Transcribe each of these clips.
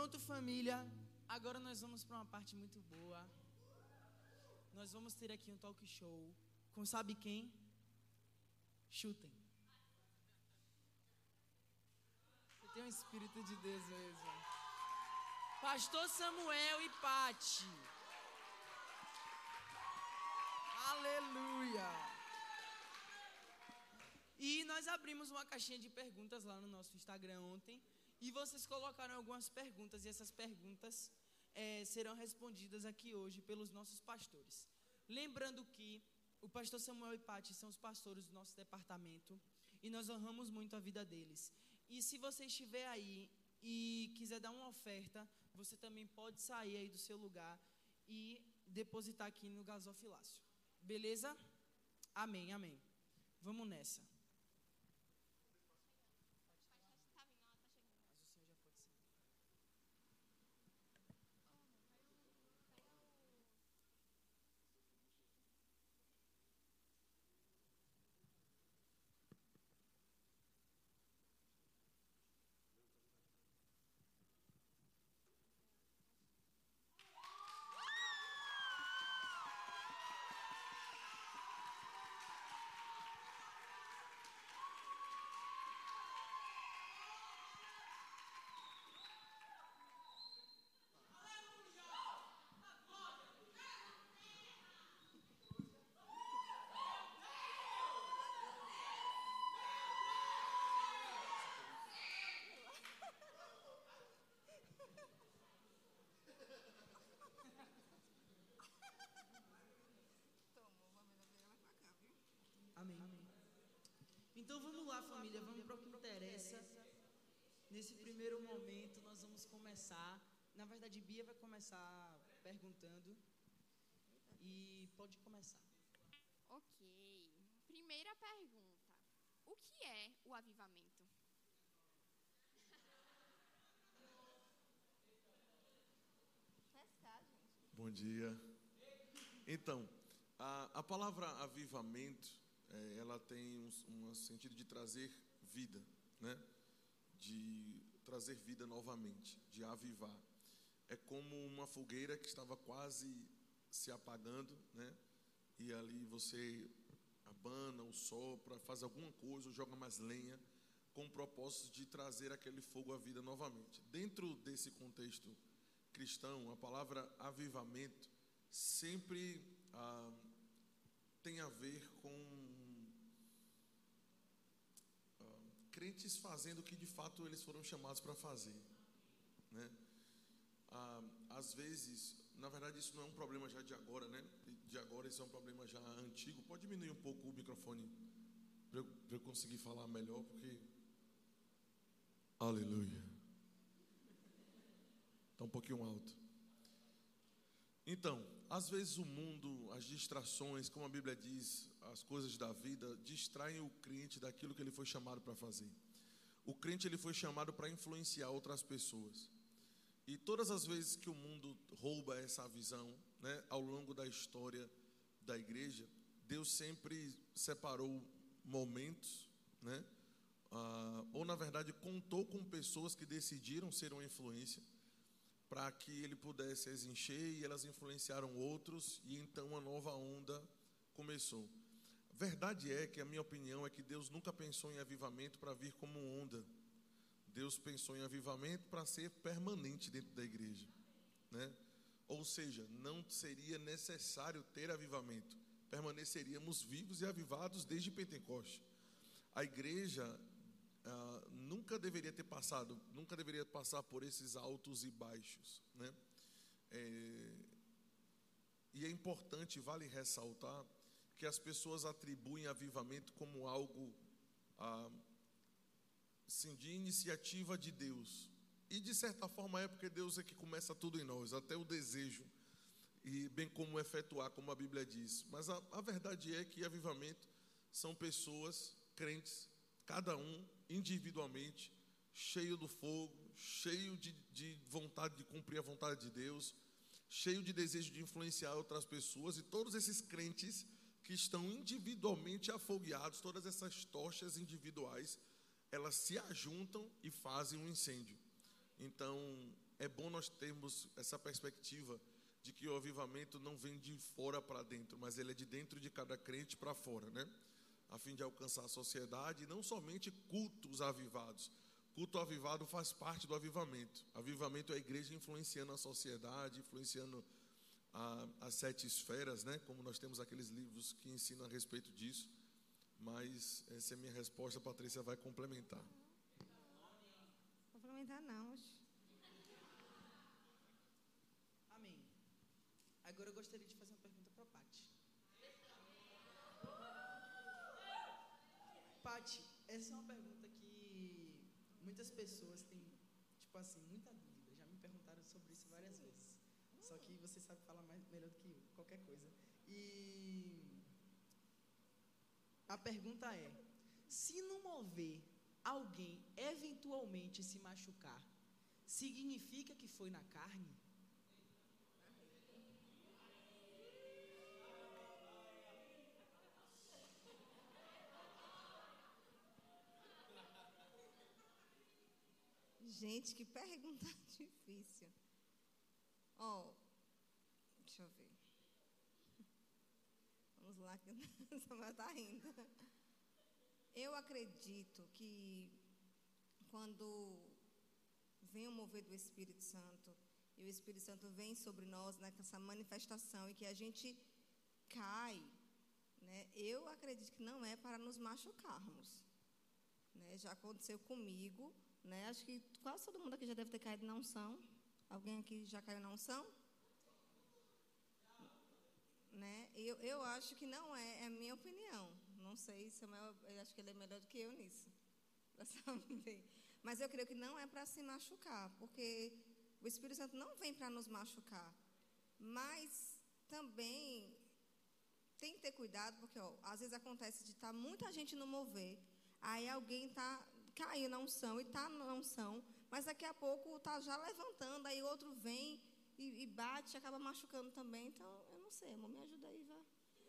Pronto, família. Agora nós vamos para uma parte muito boa. Nós vamos ter aqui um talk show com sabe quem? Chutem. Você tem um espírito de Deus mesmo. Pastor Samuel e Pati. Aleluia. E nós abrimos uma caixinha de perguntas lá no nosso Instagram ontem. E vocês colocaram algumas perguntas. E essas perguntas serão respondidas aqui hoje pelos nossos pastores. Lembrando que o pastor Samuel e Pati são os pastores do nosso departamento. E nós honramos muito a vida deles. E se você estiver aí e quiser dar uma oferta, você também pode sair aí do seu lugar e depositar aqui no gasofilácio. Beleza? Amém, amém. Vamos nessa. Mas o senhor já pode ser. Amém. Então vamos lá, família, vamos para o que interessa. Nesse primeiro momento nós vamos começar. Na verdade, Bia vai começar perguntando. E pode começar. Ok. Primeira pergunta. O que é o avivamento? Bom dia. Então, a palavra avivamento, ela tem um sentido de trazer vida, né? De trazer vida novamente, de avivar. É como uma fogueira que estava quase se apagando, né? E ali você abana ou sopra, faz alguma coisa, ou joga mais lenha, com o propósito de trazer aquele fogo à vida novamente. Dentro desse contexto cristão, a palavra avivamento sempre tem a ver com crentes fazendo o que de fato eles foram chamados para fazer, né? Às vezes, na verdade, isso não é um problema já de agora, né? De agora, isso é um problema já antigo. Pode diminuir um pouco o microfone para eu conseguir falar melhor, porque aleluia, está um pouquinho alto. Então, às vezes o mundo, as distrações, como a Bíblia diz, as coisas da vida, distraem o crente daquilo que ele foi chamado para fazer. O crente, ele foi chamado para influenciar outras pessoas. E todas as vezes que o mundo rouba essa visão, né, ao longo da história da igreja, Deus sempre separou momentos, né, ou na verdade contou com pessoas que decidiram ser uma influência, para que ele pudesse as encher, e elas influenciaram outros, e então uma nova onda começou. A verdade é que a minha opinião é que Deus nunca pensou em avivamento para vir como onda. Deus pensou em avivamento para ser permanente dentro da igreja, né? Ou seja, não seria necessário ter avivamento, permaneceríamos vivos e avivados desde Pentecostes. A igreja nunca deveria passar por esses altos e baixos, né? E é importante, vale ressaltar, que as pessoas atribuem avivamento como algo sim, de iniciativa de Deus. E de certa forma é, porque Deus é que começa tudo em nós, até o desejo, e bem como efetuar, como a Bíblia diz. Mas a verdade é que avivamento são pessoas, crentes, cada um individualmente, cheio do fogo, cheio de vontade de cumprir a vontade de Deus, cheio de desejo de influenciar outras pessoas. E todos esses crentes que estão individualmente afogueados, todas essas tochas individuais, elas se ajuntam e fazem um incêndio. Então, é bom nós termos essa perspectiva de que o avivamento não vem de fora para dentro, mas ele é de dentro de cada crente para fora, né? A fim de alcançar a sociedade, e não somente cultos avivados. Culto avivado faz parte do avivamento. Avivamento é a igreja influenciando a sociedade, influenciando as 7 esferas, né? Como nós temos aqueles livros que ensinam a respeito disso. Mas essa é a minha resposta, a Patrícia vai complementar. Complementar não. Amém. Agora eu gostaria de fazer uma pergunta para a Paty. Paty, essa é uma pergunta que muitas pessoas têm, tipo assim, muita dúvida. Já me perguntaram sobre isso várias vezes. Só que você sabe falar melhor do que eu, qualquer coisa. E a pergunta é: se no mover alguém eventualmente se machucar, significa que foi na carne? Gente, que pergunta difícil. Ó, deixa eu ver. Vamos lá, que o Samuel está rindo. Eu acredito que quando vem o mover do Espírito Santo, e o Espírito Santo vem sobre nós nessa manifestação, e que a gente cai, né? Eu acredito que não é para nos machucarmos, né? Já aconteceu comigo, né? Acho que quase todo mundo aqui já deve ter caído na unção. Alguém aqui já caiu na unção? Né? Eu acho que não é a minha opinião. Não sei, Samuel, eu acho que ele é melhor do que eu nisso, para saber. Mas eu creio que não é para se machucar, porque o Espírito Santo não vem para nos machucar. Mas também tem que ter cuidado, porque às vezes acontece de estar muita gente no mover, aí alguém caiu na unção e está na unção, mas daqui a pouco está já levantando, aí outro vem e bate e acaba machucando também. Então, eu não sei, amor, me ajuda aí, vá.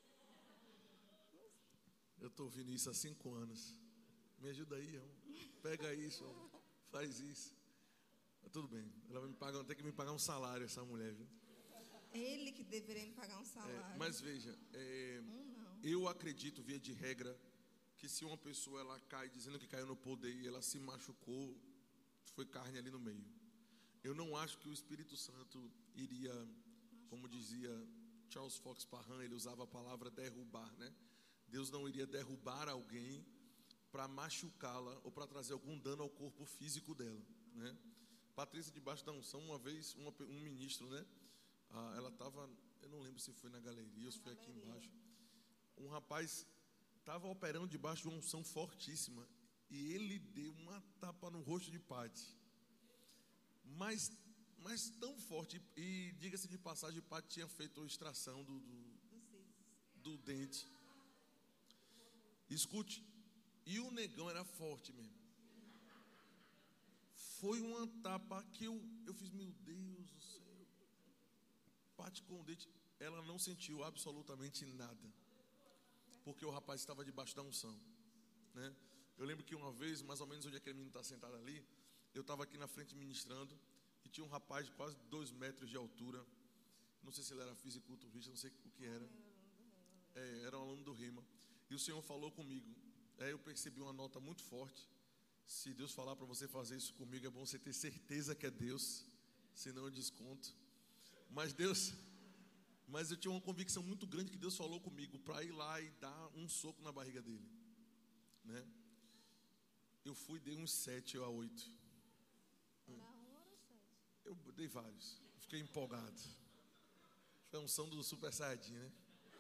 Eu estou ouvindo isso há 5 anos. Me ajuda aí, amor. Pega isso, amor. Faz isso. Mas tudo bem. Ela vai ter que me pagar um salário, essa mulher, viu? Ele que deveria me pagar um salário. Mas veja, eu acredito, via de regra, que se uma pessoa ela cai dizendo que caiu no poder e ela se machucou, foi carne ali no meio. Eu não acho que o Espírito Santo iria, como dizia Charles Fox Parham, ele usava a palavra derrubar, né? Deus não iria derrubar alguém para machucá-la ou para trazer algum dano ao corpo físico dela, né? Patrícia, debaixo da unção, uma vez, um ministro, né? Ela estava, eu não lembro se foi na galeria ou se foi aqui embaixo. Um rapaz estava operando debaixo de uma unção fortíssima e ele deu uma tapa no rosto de Paty, mas tão forte, e diga-se de passagem, Paty tinha feito a extração do dente. Escute, e o negão era forte mesmo. Foi uma tapa que eu fiz, meu Deus do céu. Paty com o dente, ela não sentiu absolutamente nada, porque o rapaz estava debaixo da unção, né? Eu lembro que uma vez, mais ou menos onde aquele menino está sentado ali, eu estava aqui na frente ministrando, e tinha um rapaz de quase 2 metros de altura. Não sei se ele era fisiculturista, não sei o que era. Era um aluno do Rima. E o Senhor falou comigo. Eu percebi uma nota muito forte. Se Deus falar para você fazer isso comigo, é bom você ter certeza que é Deus, senão eu desconto. Mas eu tinha uma convicção muito grande que Deus falou comigo para ir lá e dar um soco na barriga dele, né? Eu fui, dei uns 7 a 8. Eu dei vários. Fiquei empolgado. Foi a unção do Super Saiyajin, né?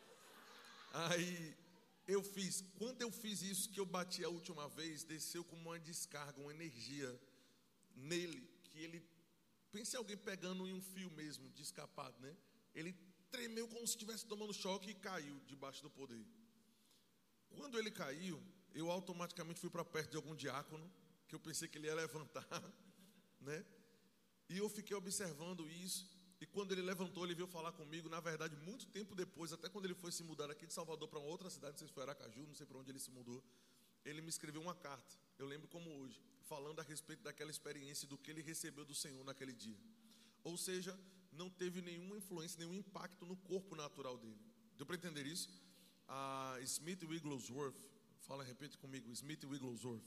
Aí eu fiz. Quando eu fiz isso, que eu bati a última vez, desceu como uma descarga, uma energia nele, que ele, pense em alguém pegando em um fio mesmo, de escapado, né? Ele tremeu como se estivesse tomando choque e caiu debaixo do poder. Quando ele caiu, eu automaticamente fui para perto de algum diácono, que eu pensei que ele ia levantar, né? E eu fiquei observando isso, e quando ele levantou, ele veio falar comigo. Na verdade, muito tempo depois, até quando ele foi se mudar aqui de Salvador para uma outra cidade, não sei se foi Aracaju, não sei para onde ele se mudou, ele me escreveu uma carta, eu lembro como hoje, falando a respeito daquela experiência, do que ele recebeu do Senhor naquele dia. Ou seja, não teve nenhuma influência, nenhum impacto no corpo natural dele. Deu para entender isso? Smith Wigglesworth, repete comigo, Smith Wigglesworth.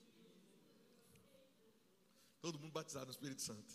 Todo mundo batizado no Espírito Santo.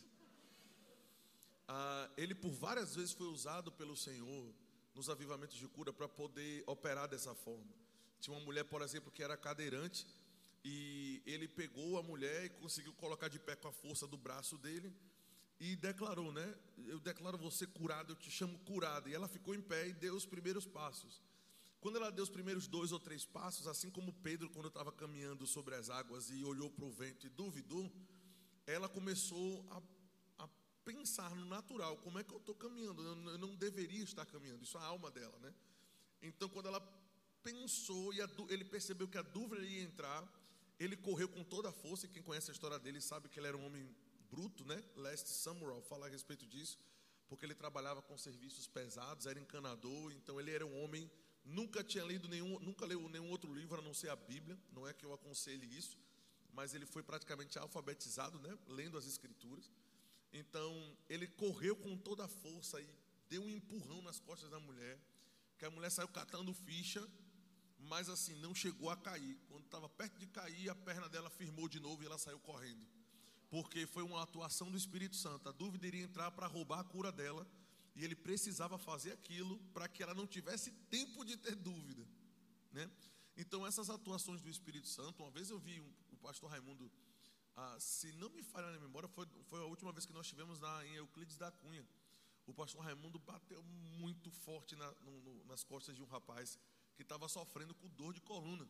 Ele por várias vezes foi usado pelo Senhor nos avivamentos de cura para poder operar dessa forma. Tinha uma mulher, por exemplo, que era cadeirante, e ele pegou a mulher e conseguiu colocar de pé com a força do braço dele e declarou, né? Eu declaro você curado, eu te chamo curada. E ela ficou em pé e deu os primeiros passos. Quando ela deu os primeiros 2 ou 3 passos, assim como Pedro, quando estava caminhando sobre as águas e olhou para o vento e duvidou, ela começou a pensar no natural: como é que eu estou caminhando? Eu não deveria estar caminhando. Isso é a alma dela, né? Então, quando ela pensou e ele percebeu que a dúvida ia entrar, ele correu com toda a força. E quem conhece a história dele sabe que ele era um homem bruto, né? Last Samuel fala a respeito disso, porque ele trabalhava com serviços pesados, era encanador. Então ele era um homem, nunca leu nenhum outro livro a não ser a Bíblia. Não é que eu aconselhe isso, mas ele foi praticamente alfabetizado, né? Lendo as escrituras. Então ele correu com toda a força e deu um empurrão nas costas da mulher, que a mulher saiu catando ficha, mas assim, não chegou a cair. Quando estava perto de cair, a perna dela firmou de novo e ela saiu correndo, porque foi uma atuação do Espírito Santo. A dúvida iria entrar para roubar a cura dela, e ele precisava fazer aquilo para que ela não tivesse tempo de ter dúvida, né? Então essas atuações do Espírito Santo, uma vez eu vi o pastor Raimundo, se não me falha na memória, foi a última vez que nós estivemos em Euclides da Cunha. O pastor Raimundo bateu muito forte nas costas de um rapaz que estava sofrendo com dor de coluna,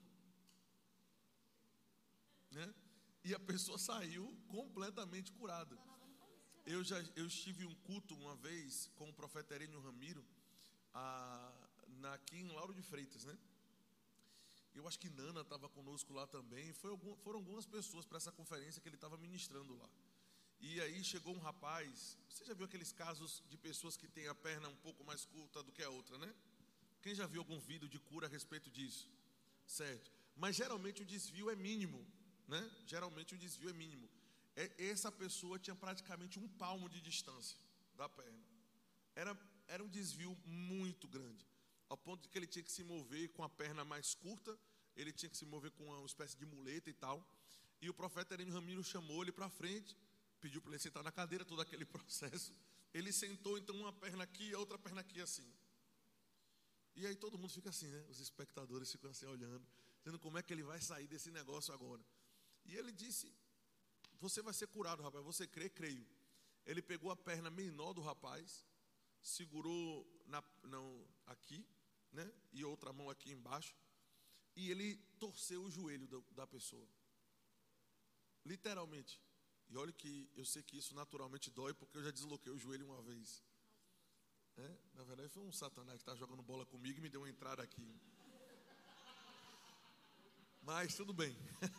né? E a pessoa saiu completamente curada. Eu estive em um culto uma vez com o profeta Herênio Ramiro, aqui em Lauro de Freitas, né? Eu acho que Nana estava conosco lá também. Foram algumas pessoas para essa conferência que ele estava ministrando lá. E aí chegou um rapaz. Você já viu aqueles casos de pessoas que têm a perna um pouco mais curta do que a outra, né? Quem já viu algum vídeo de cura a respeito disso? Certo. Mas geralmente o desvio é mínimo, né? Geralmente o desvio é mínimo. Essa pessoa tinha praticamente 1 palmo de distância da perna. Era um desvio muito grande, ao ponto de que ele tinha que se mover com a perna mais curta, ele tinha que se mover com uma espécie de muleta e tal. E o profeta Herênio Ramiro chamou ele para frente, pediu para ele sentar na cadeira, todo aquele processo. Ele sentou, então, uma perna aqui e a outra perna aqui assim. E aí todo mundo fica assim, né? Os espectadores ficam assim olhando, dizendo como é que ele vai sair desse negócio agora. E ele disse: você vai ser curado, rapaz. Você crê? Creio. Ele pegou a perna menor do rapaz, segurou aqui, né? E outra mão aqui embaixo, e ele torceu o joelho da pessoa, literalmente. E olha que eu sei que isso naturalmente dói, porque eu já desloquei o joelho uma vez. Na verdade foi um satanás que estava jogando bola comigo e me deu uma entrada aqui. Mas tudo bem.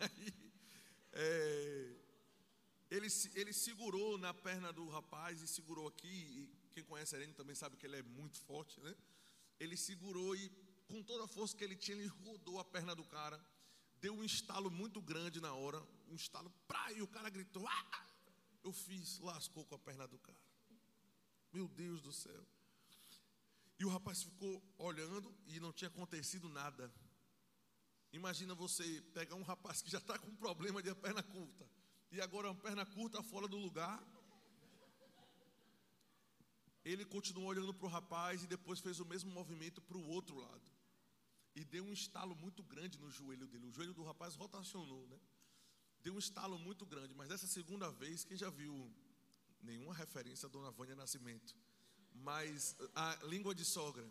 Ele segurou na perna do rapaz e segurou aqui. E quem conhece Herênio também sabe que ele é muito forte, né? Ele segurou e com toda a força que ele tinha, ele rodou a perna do cara. Deu um estalo muito grande na hora. Um estalo, e o cara gritou: ah! Lascou com a perna do cara. Meu Deus do céu. E o rapaz ficou olhando e não tinha acontecido nada. Imagina você pegar um rapaz que já está com problema de perna curta, e agora uma perna curta fora do lugar. Ele continuou olhando para o rapaz e depois fez o mesmo movimento para o outro lado. E deu um estalo muito grande no joelho dele. O joelho do rapaz rotacionou, né? Deu um estalo muito grande. Mas dessa segunda vez, quem já viu? Nenhuma referência a Dona Vânia Nascimento, mas a língua de sogra.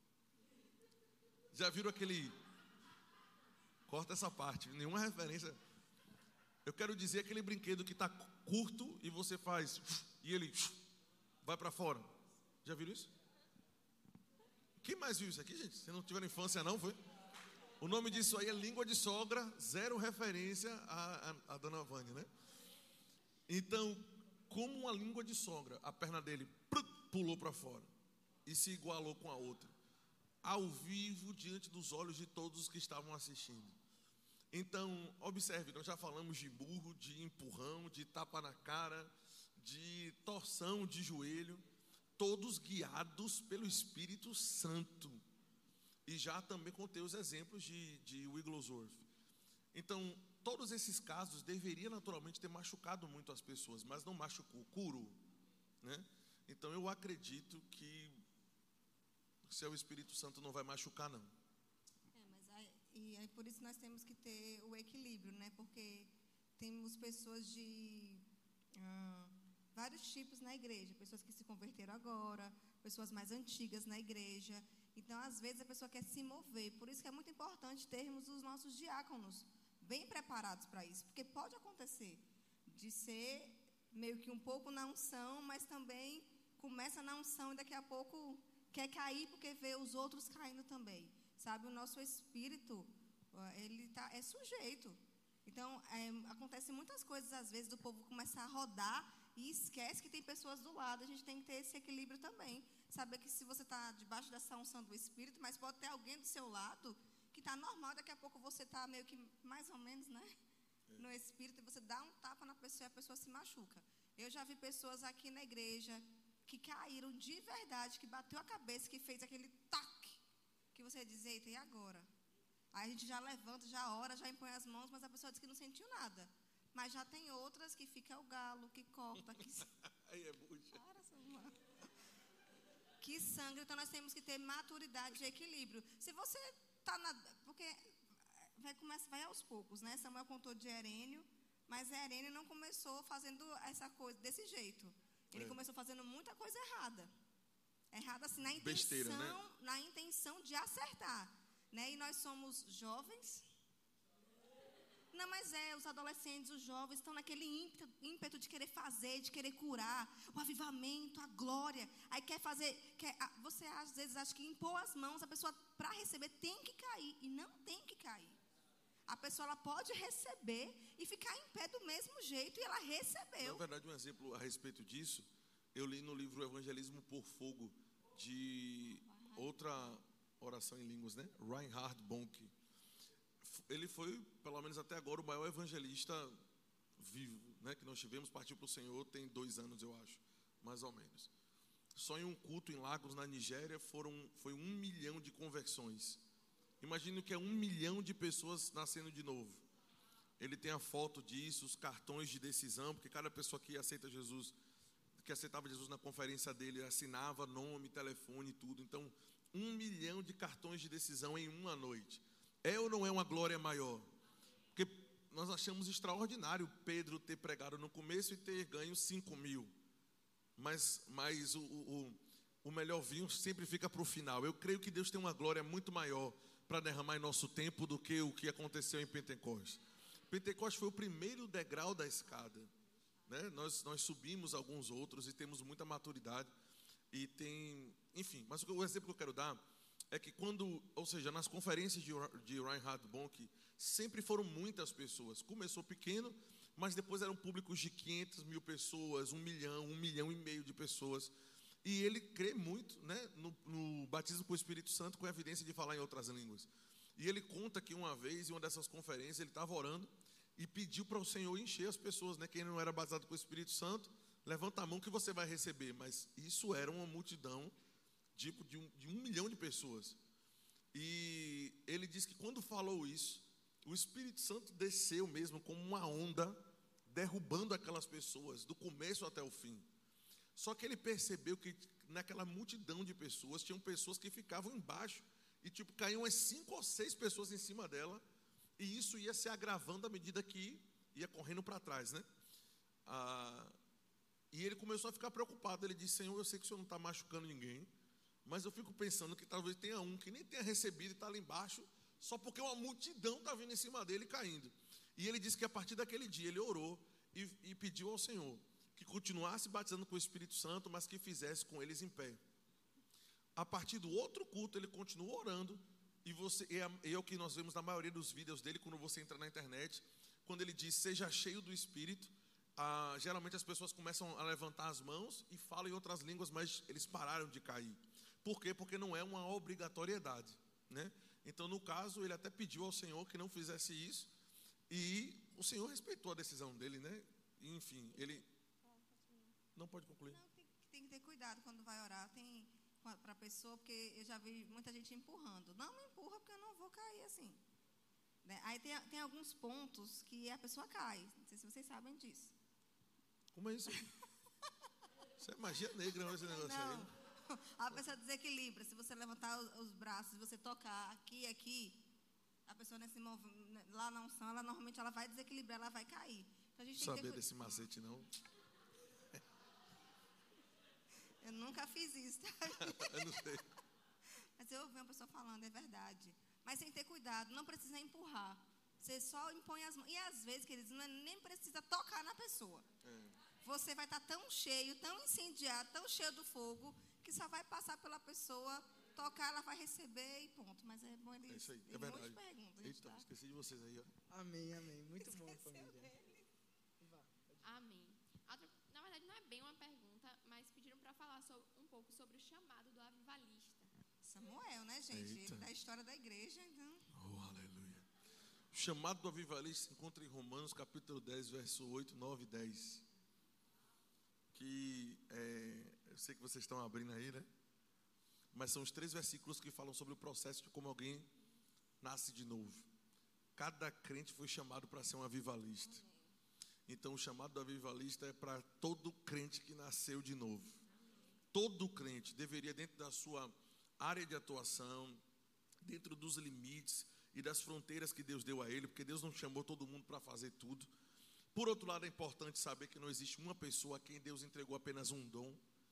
Já viram aquele... Corta essa parte, nenhuma referência. Eu quero dizer aquele brinquedo que está curto e você faz e ele vai para fora. Já viram isso? Quem mais viu isso aqui, gente? Se não tiver infância não, foi? O nome disso aí é língua de sogra, zero referência a Dona Vânia, né? Então, como uma língua de sogra, a perna dele pulou para fora e se igualou com a outra, ao vivo, diante dos olhos de todos os que estavam assistindo. Então, observe, nós já falamos de burro, de empurrão, de tapa na cara, de torção de joelho, todos guiados pelo Espírito Santo. E já também contei os exemplos de Wigglesworth. Então, todos esses casos deveriam naturalmente ter machucado muito as pessoas, mas não machucou, curou, né? Então, eu acredito que se é o Espírito Santo não vai machucar, não. E aí por isso nós temos que ter o equilíbrio, né? Porque temos pessoas de vários tipos na igreja, pessoas que se converteram agora, pessoas mais antigas na igreja. Então, às vezes, a pessoa quer se mover. Por isso que é muito importante termos os nossos diáconos bem preparados para isso. Porque pode acontecer de ser meio que um pouco na unção, mas também começa na unção e daqui a pouco quer cair porque vê os outros caindo também. Sabe, o nosso espírito, ele é sujeito. Então, acontecem muitas coisas, às vezes, do povo começar a rodar e esquece que tem pessoas do lado. A gente tem que ter esse equilíbrio também. Saber que se você está debaixo dessa unção do Espírito, mas pode ter alguém do seu lado que está normal, daqui a pouco você está meio que mais ou menos, né? No Espírito, e você dá um tapa na pessoa e a pessoa se machuca. Eu já vi pessoas aqui na igreja que caíram de verdade, que bateu a cabeça, que fez aquele toque, que você diz, eita, e agora? Aí a gente já levanta, já ora, já impõe as mãos, mas a pessoa diz que não sentiu nada. Mas já tem outras que fica o galo, que corta, que... Aí é bucha. Que sangue. Então nós temos que ter maturidade e equilíbrio. Se você está na... Porque vai aos poucos, né? Samuel contou de Herênio, mas Herênio não começou fazendo essa coisa desse jeito. Ele começou fazendo muita coisa errada. Errada assim, na intenção, besteira, né? Na intenção de acertar. Né? E nós somos jovens. Não, mas os adolescentes, os jovens estão naquele ímpeto de querer fazer, de querer curar, o avivamento, a glória. Aí quer fazer, você às vezes acha que impor as mãos, a pessoa para receber tem que cair, e não tem que cair. A pessoa ela pode receber e ficar em pé do mesmo jeito, e ela recebeu. Na verdade, um exemplo a respeito disso, eu li no livro Evangelismo por Fogo, de outra oração em línguas, né? Reinhard Bonnke. Ele foi, pelo menos até agora, o maior evangelista vivo, né, que nós tivemos. Partiu para o Senhor tem 2 anos, eu acho, mais ou menos. Só em um culto em Lagos, na Nigéria, foi 1 milhão de conversões. Imagine que é 1 milhão de pessoas nascendo de novo. Ele tem a foto disso, os cartões de decisão, porque cada pessoa que aceitava Jesus na conferência dele, assinava nome, telefone, tudo. Então, 1 milhão de cartões de decisão em uma noite. É ou não é uma glória maior? Porque nós achamos extraordinário Pedro ter pregado no começo e ter ganho 5 mil. Mas o melhor vinho sempre fica para o final. Eu creio que Deus tem uma glória muito maior para derramar em nosso tempo do que o que aconteceu em Pentecostes. Pentecostes foi o primeiro degrau da escada, né? Nós subimos alguns outros e temos muita maturidade. Enfim, mas o exemplo que eu quero dar é que nas conferências de Reinhard Bonnke, sempre foram muitas pessoas. Começou pequeno, mas depois eram públicos de 500 mil pessoas, 1 milhão, 1 milhão e meio de pessoas. E ele crê muito, né, no batismo com o Espírito Santo, com a evidência de falar em outras línguas. E ele conta que uma vez, em uma dessas conferências, ele estava orando e pediu para o Senhor encher as pessoas, né? Quem não era batizado com o Espírito Santo, levanta a mão que você vai receber. Mas isso era uma multidão tipo de 1 milhão de pessoas. E ele diz que quando falou isso, o Espírito Santo desceu mesmo como uma onda, derrubando aquelas pessoas, do começo até o fim. Só que ele percebeu que naquela multidão de pessoas, tinham pessoas que ficavam embaixo, e caíam umas 5 ou 6 pessoas em cima dela, e isso ia se agravando à medida que ia correndo para trás, né? E ele começou a ficar preocupado. Ele disse: Senhor, eu sei que o Senhor não está machucando ninguém, mas eu fico pensando que talvez tenha um que nem tenha recebido e está lá embaixo, só porque uma multidão está vindo em cima dele e caindo. E ele disse que a partir daquele dia ele orou e pediu ao Senhor que continuasse batizando com o Espírito Santo, mas que fizesse com eles em pé. A partir do outro culto ele continuou orando, e é o que nós vemos na maioria dos vídeos dele, quando você entra na internet, quando ele diz: seja cheio do Espírito. Geralmente as pessoas começam a levantar as mãos e falam em outras línguas, mas eles pararam de cair. Por quê? Porque não é uma obrigatoriedade, né? Então, no caso, ele até pediu ao Senhor que não fizesse isso, e o Senhor respeitou a decisão dele, né? Enfim, Não pode concluir. Não, tem que ter cuidado quando vai orar. Para a pessoa, porque eu já vi muita gente empurrando. Não me empurra, porque eu não vou cair assim. Né? Aí tem alguns pontos que a pessoa cai. Não sei se vocês sabem disso. Como é isso? Isso é magia negra, não é esse negócio aí? Não. A pessoa desequilibra. Se você levantar os braços, se você tocar aqui, a pessoa nesse lá na unção, normalmente ela vai desequilibrar, ela vai cair. Então, a gente tem que Saber desse macete, não? Eu nunca fiz isso, tá? Eu não sei. Mas eu ouvi uma pessoa falando, é verdade. Mas tem que ter cuidado, não precisa empurrar. Você só impõe as mãos. E às vezes, queridos, nem precisa tocar na pessoa. Você vai estar tão cheio, tão incendiado, tão cheio do fogo, que só vai passar pela pessoa, tocar, ela vai receber e ponto. Mas é bom ele. É isso aí, é verdade. Eita, tá? Esqueci de vocês aí, ó. Amém, amém. Muito bom, família. Amém. Na verdade, não é bem uma pergunta, mas pediram para falar um pouco sobre o chamado do avivalista. Samuel, né, gente? Eita. Da história da igreja, então. Oh, aleluia. O chamado do avivalista se encontra em Romanos, capítulo 10, verso 8, 9 e 10. Que eu sei que vocês estão abrindo aí, né? Mas são os 3 versículos que falam sobre o processo de como alguém nasce de novo. Cada crente foi chamado para ser um avivalista. Então, o chamado do avivalista é para todo crente que nasceu de novo. Todo crente deveria, dentro da sua área de atuação, dentro dos limites e das fronteiras que Deus deu a ele, porque Deus não chamou todo mundo para fazer tudo. Por outro lado, é importante saber que não existe uma pessoa a quem Deus entregou apenas um dom.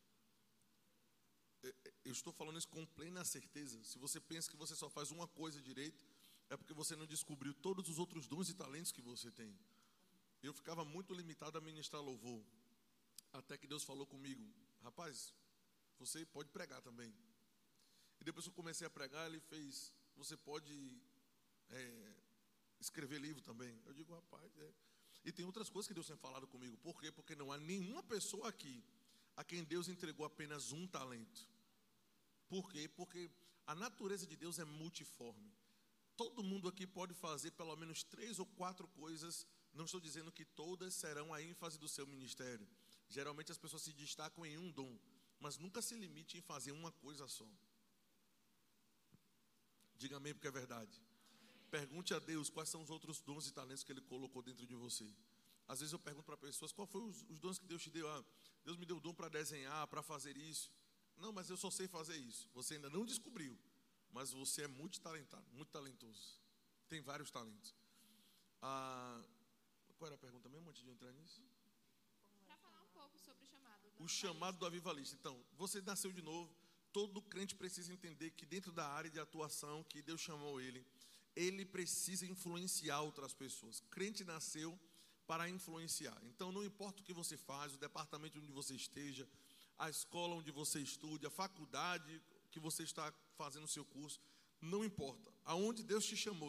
Eu estou falando isso com plena certeza. Se você pensa que você só faz uma coisa direito, é porque você não descobriu todos os outros dons e talentos que você tem. Eu ficava muito limitado a ministrar louvor, até que Deus falou comigo: rapaz, você pode pregar também. E depois que eu comecei a pregar, ele fez: você pode escrever livro também. Eu digo: rapaz, E tem outras coisas que Deus tem falado comigo. Por quê? Porque não há nenhuma pessoa aqui a quem Deus entregou apenas um talento. Por quê? Porque a natureza de Deus é multiforme. Todo mundo aqui pode fazer pelo menos 3 ou 4 coisas. Não estou dizendo que todas serão a ênfase do seu ministério. Geralmente as pessoas se destacam em um dom, mas nunca se limite em fazer uma coisa só. Diga amém, porque é verdade. Pergunte a Deus quais são os outros dons e talentos que Ele colocou dentro de você. Às vezes eu pergunto para pessoas: qual foi os dons que Deus te deu? Deus me deu o dom para desenhar, para fazer isso. Não, mas eu só sei fazer isso. Você ainda não descobriu, mas você é muito talentado, muito talentoso. Tem vários talentos. Qual era a pergunta mesmo, antes de entrar nisso? Para falar um pouco sobre o chamado. O chamado do avivalista. Então, você nasceu de novo. Todo crente precisa entender que dentro da área de atuação que Deus chamou ele precisa influenciar outras pessoas. Crente nasceu para influenciar. Então, não importa o que você faz, o departamento onde você esteja, a escola onde você estude, a faculdade que você está fazendo o seu curso, não importa. Aonde Deus te chamou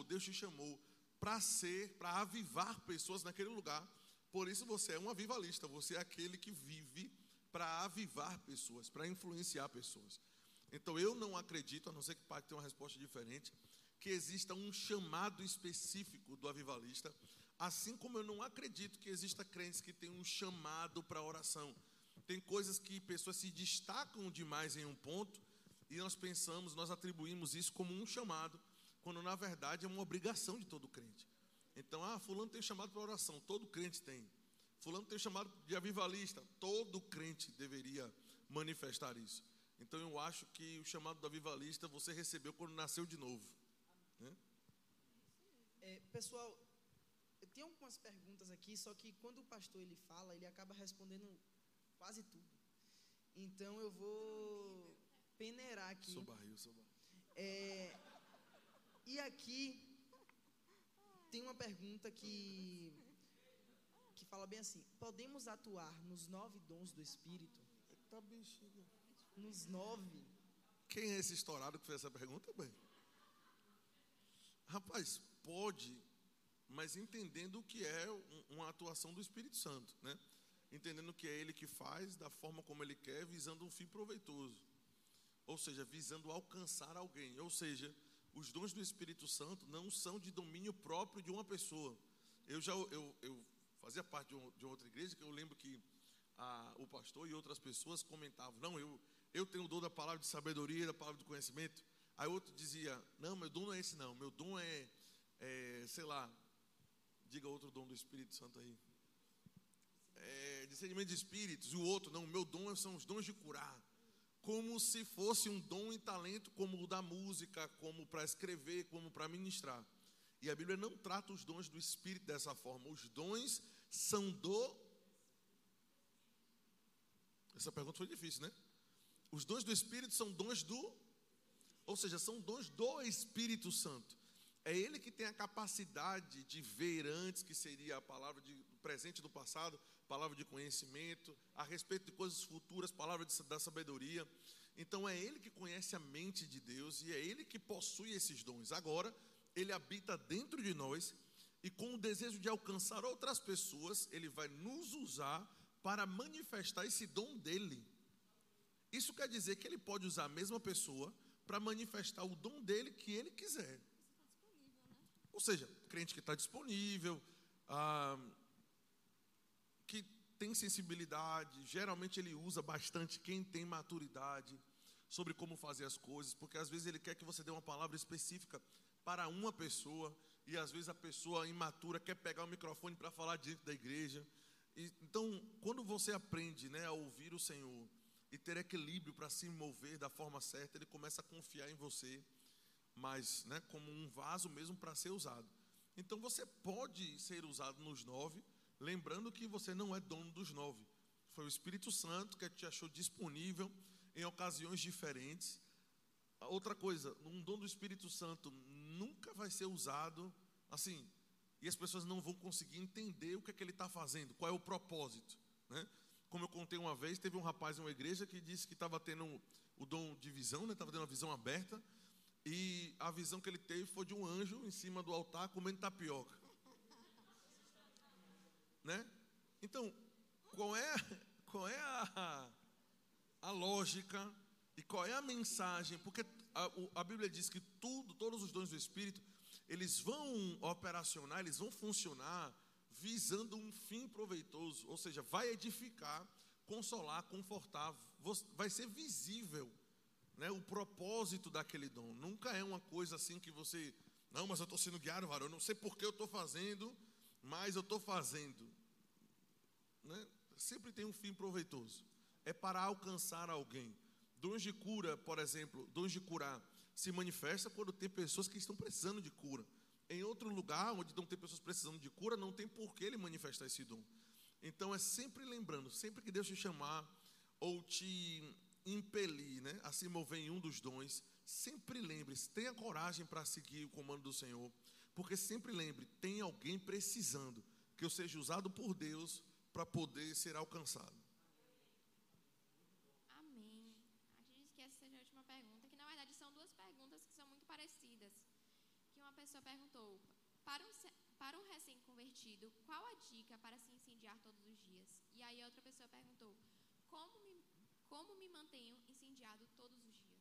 para avivar pessoas naquele lugar. Por isso você é um avivalista, você é aquele que vive para avivar pessoas, para influenciar pessoas. Então eu não acredito, a não ser que o pai tenha uma resposta diferente, que exista um chamado específico do avivalista, assim como eu não acredito que exista crentes que tenham um chamado para oração. Tem coisas que pessoas se destacam demais em um ponto e nós atribuímos isso como um chamado, quando na verdade é uma obrigação de todo crente. Então, fulano tem chamado para oração, todo crente tem. Fulano tem chamado de avivalista, todo crente deveria manifestar isso. Então eu acho que o chamado do avivalista você recebeu quando nasceu de novo. Né? Pessoal, eu tenho algumas perguntas aqui, só que quando o pastor ele fala, ele acaba respondendo quase tudo. Então eu vou peneirar aqui. Sou barril. E aqui tem uma pergunta que fala bem assim: podemos atuar nos 9 dons do Espírito? Eita bexiga. Nos 9? Quem é esse estourado que fez essa pergunta, bem? Rapaz, pode, mas entendendo o que é uma atuação do Espírito Santo, né? Entendendo que é Ele que faz, da forma como Ele quer, visando um fim proveitoso. Ou seja, visando alcançar alguém. Ou seja, os dons do Espírito Santo não são de domínio próprio de uma pessoa. Eu fazia parte de uma outra igreja, que eu lembro que o pastor e outras pessoas comentavam, não, eu tenho o dom da palavra de sabedoria, da palavra de conhecimento. Aí outro dizia, não, meu dom não é esse não, meu dom é sei lá, diga outro dom do Espírito Santo aí. Discernimento de espíritos. E o outro, não, meu dom são os dons de curar. Como se fosse um dom e talento como o da música, como para escrever, como para ministrar. E a Bíblia não trata os dons do Espírito dessa forma. Os dons são Essa pergunta foi difícil, né? Os dons do Espírito são dons ou seja, são dons do Espírito Santo. É Ele que tem a capacidade de ver antes, que seria a palavra do presente e do passado, palavra de conhecimento, a respeito de coisas futuras, palavra da sabedoria. Então é Ele que conhece a mente de Deus e é Ele que possui esses dons. Agora, Ele habita dentro de nós e com o desejo de alcançar outras pessoas, Ele vai nos usar para manifestar esse dom dEle. Isso quer dizer que Ele pode usar a mesma pessoa para manifestar o dom dEle que Ele quiser. Ou seja, crente que está disponível, que tem sensibilidade, geralmente ele usa bastante quem tem maturidade sobre como fazer as coisas, porque às vezes ele quer que você dê uma palavra específica para uma pessoa, e às vezes a pessoa imatura quer pegar o microfone para falar diante da igreja. Então, quando você aprende, né, a ouvir o Senhor e ter equilíbrio para se mover da forma certa, Ele começa a confiar em você, mas, né, como um vaso mesmo para ser usado. Então você pode ser usado nos 9, lembrando que você não é dono dos 9. Foi o Espírito Santo que te achou disponível em ocasiões diferentes. Outra coisa, um dom do Espírito Santo nunca vai ser usado assim, e as pessoas não vão conseguir entender o que é que ele está fazendo, qual é o propósito, né? Como eu contei uma vez, teve um rapaz em uma igreja que disse que estava tendo o dom de visão, né? Estava tendo uma visão aberta. E a visão que ele teve foi de um anjo em cima do altar comendo tapioca, né? Então, qual é a lógica e qual é a mensagem? Porque a Bíblia diz que todos os dons do Espírito, eles vão operacionar, eles vão funcionar visando um fim proveitoso, ou seja, vai edificar, consolar, confortar, vai ser visível, né, o propósito daquele dom. Nunca é uma coisa assim que você, não, mas eu estou sendo guiado, varão, eu não sei por que eu estou fazendo, mas eu estou fazendo, né? Sempre tem um fim proveitoso, é para alcançar alguém. Dons de cura, por exemplo, dons de curar se manifesta quando tem pessoas que estão precisando de cura. Em outro lugar, onde não tem pessoas precisando de cura, não tem por que ele manifestar esse dom. Então é sempre lembrando, sempre que Deus te chamar ou te impelir, né, a se mover em um dos dons, sempre lembre-se, tenha coragem para seguir o comando do Senhor, porque sempre lembre, tem alguém precisando que eu seja usado por Deus para poder ser alcançado. Amém. Acredito que essa seja a última pergunta, que na verdade são duas perguntas que são muito parecidas. Que uma pessoa perguntou, para um recém-convertido, qual a dica para se incendiar todos os dias? E aí a outra pessoa perguntou, como me mantenho incendiado todos os dias?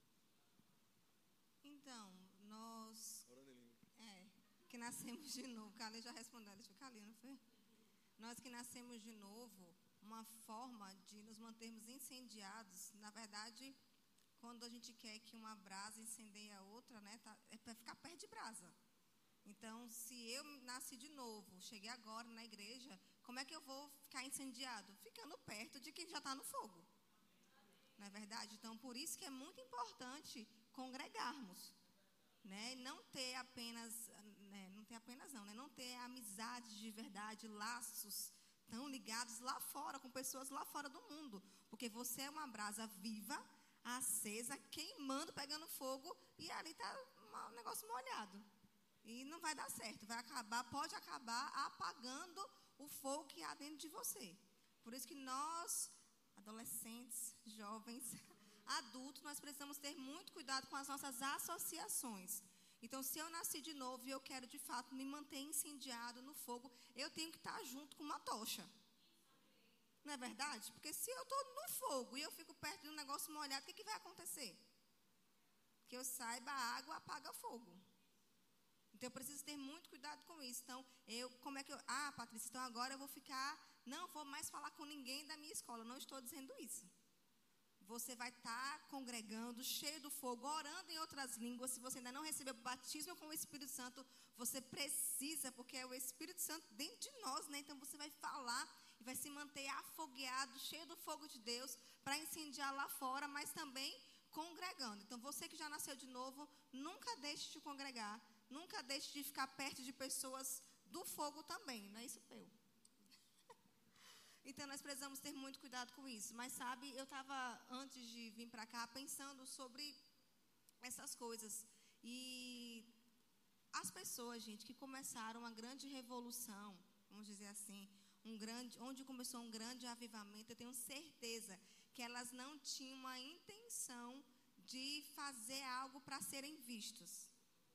Então, nós que nascemos de novo, Carlinhos já respondeu, deixa eu Carlinhos, não foi? Nós que nascemos de novo, uma forma de nos mantermos incendiados, na verdade, quando a gente quer que uma brasa incendeie a outra, né, é para ficar perto de brasa. Então, se eu nasci de novo, cheguei agora na igreja, como é que eu vou ficar incendiado? Ficando perto de quem já está no fogo. Não é verdade? Então, por isso que é muito importante congregarmos, né? Não ter apenas, não ter amizades de verdade, laços tão ligados lá fora, com pessoas lá fora do mundo. Porque você é uma brasa viva, acesa, queimando, pegando fogo, e ali está um negócio molhado. E não vai dar certo, pode acabar apagando o fogo que há dentro de você. Por isso que nós, adolescentes, jovens, adultos, nós precisamos ter muito cuidado com as nossas associações. Então, se eu nasci de novo e eu quero, de fato, me manter incendiado no fogo, eu tenho que estar junto com uma tocha. Não é verdade? Porque se eu estou no fogo e eu fico perto de um negócio molhado, o que vai acontecer? Que eu saiba, a água apaga fogo. Então, eu preciso ter muito cuidado com isso. Então, Patrícia, então agora eu vou ficar não vou mais falar com ninguém da minha escola. Não estou dizendo isso. Você vai estar congregando, cheio do fogo, orando em outras línguas. Se você ainda não recebeu o batismo com o Espírito Santo, você precisa, porque é o Espírito Santo dentro de nós, né? Então você vai falar e vai se manter afogueado, cheio do fogo de Deus, para incendiar lá fora, mas também congregando. Então você que já nasceu de novo, nunca deixe de congregar, nunca deixe de ficar perto de pessoas do fogo também, não é isso, Peu? Então, nós precisamos ter muito cuidado com isso. Mas, sabe, eu estava, antes de vir para cá, pensando sobre essas coisas. E as pessoas, gente, que começaram uma grande revolução, vamos dizer assim, onde começou um grande avivamento, eu tenho certeza que elas não tinham a intenção de fazer algo para serem vistos.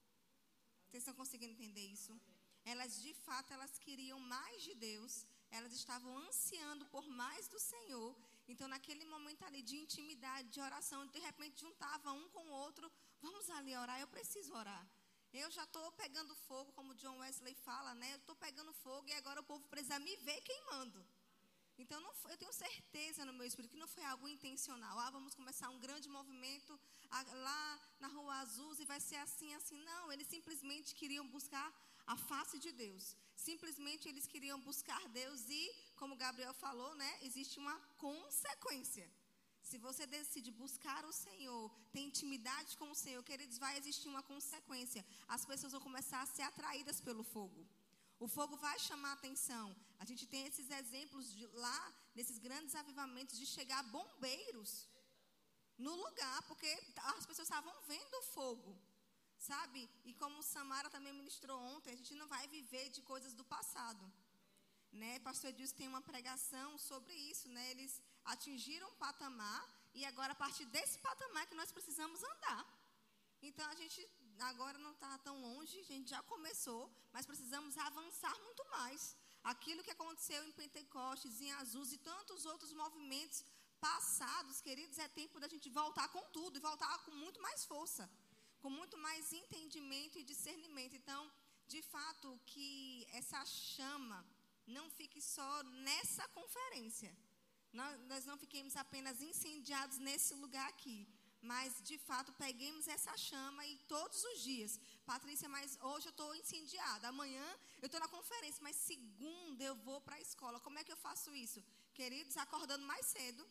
Vocês estão conseguindo entender isso? Elas, de fato, elas queriam mais de Deus. Elas estavam ansiando por mais do Senhor. Então, naquele momento ali de intimidade, de oração, de repente juntava um com o outro. Vamos ali orar, eu preciso orar. Eu já estou pegando fogo, como John Wesley fala, né? Eu estou pegando fogo e agora o povo precisa me ver queimando. Então, eu tenho certeza no meu espírito que não foi algo intencional. Vamos começar um grande movimento lá na Rua Azul e vai ser assim, assim. Não, eles simplesmente queriam buscar a face de Deus. Simplesmente eles queriam buscar Deus e, como Gabriel falou, né, existe uma consequência. Se você decide buscar o Senhor, ter intimidade com o Senhor, queridos, vai existir uma consequência. As pessoas vão começar a ser atraídas pelo fogo. O fogo vai chamar a atenção. A gente tem esses exemplos de lá, nesses grandes avivamentos, de chegar bombeiros no lugar, porque as pessoas estavam vendo o fogo. Sabe? E como Samara também ministrou ontem, a gente não vai viver de coisas do passado, né? Pastor Edilson tem uma pregação sobre isso, né? Eles atingiram um patamar e agora a partir desse patamar que nós precisamos andar. Então a gente agora não está tão longe, a gente já começou, mas precisamos avançar muito mais. Aquilo que aconteceu em Pentecostes, em Azus e tantos outros movimentos passados, queridos, é tempo da gente voltar com tudo e voltar com muito mais força, com muito mais entendimento e discernimento. Então, de fato, que essa chama não fique só nessa conferência. Nós não fiquemos apenas incendiados nesse lugar aqui, mas, de fato, peguemos essa chama e todos os dias. Patrícia, mas hoje eu estou incendiada, amanhã eu estou na conferência, mas segunda eu vou para a escola. Como é que eu faço isso? Queridos, acordando mais cedo,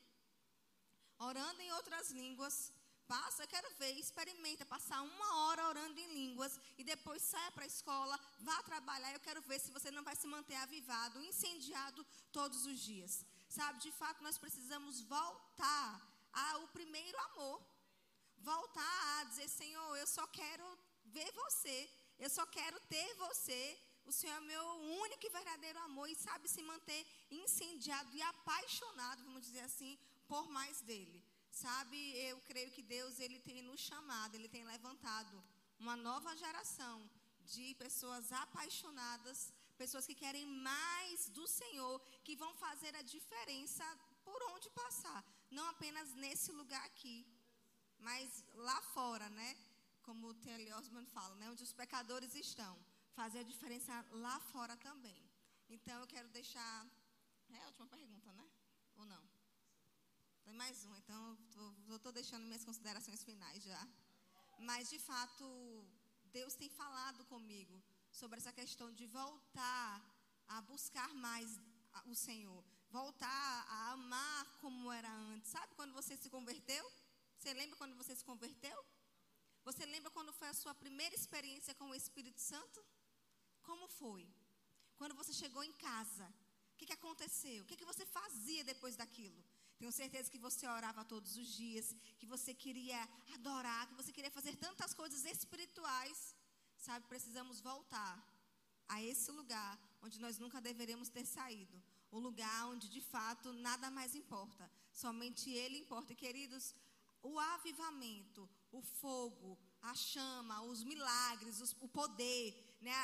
orando em outras línguas. Passa, eu quero ver, experimenta, passar 1 hora orando em línguas e depois saia para a escola, vá trabalhar. Eu quero ver se você não vai se manter avivado, incendiado todos os dias. Sabe, de fato, nós precisamos voltar ao primeiro amor. Voltar a dizer, Senhor, eu só quero ver você, eu só quero ter você. O Senhor é meu único e verdadeiro amor e sabe se manter incendiado e apaixonado, vamos dizer assim, por mais dele. Sabe, eu creio que Deus, Ele tem nos chamado, Ele tem levantado uma nova geração de pessoas apaixonadas, pessoas que querem mais do Senhor, que vão fazer a diferença por onde passar. Não apenas nesse lugar aqui, mas lá fora, né? Como o T.L. Osborne fala, né? Onde os pecadores estão. Fazer a diferença lá fora também. Então, eu quero deixar... É a última pergunta, né? Ou não? Tem mais uma, então eu estou deixando minhas considerações finais já. Mas, de fato, Deus tem falado comigo sobre essa questão de voltar a buscar mais o Senhor. Voltar a amar como era antes. Sabe quando você se converteu? Você lembra quando você se converteu? Você lembra quando foi a sua primeira experiência com o Espírito Santo? Como foi? Quando você chegou em casa, o que aconteceu? O que você fazia depois daquilo? Tenho certeza que você orava todos os dias, que você queria adorar, que você queria fazer tantas coisas espirituais. Sabe, precisamos voltar a esse lugar onde nós nunca deveríamos ter saído. O lugar onde, de fato, nada mais importa. Somente Ele importa. E, queridos, o avivamento, o fogo, a chama, os milagres, o poder, né,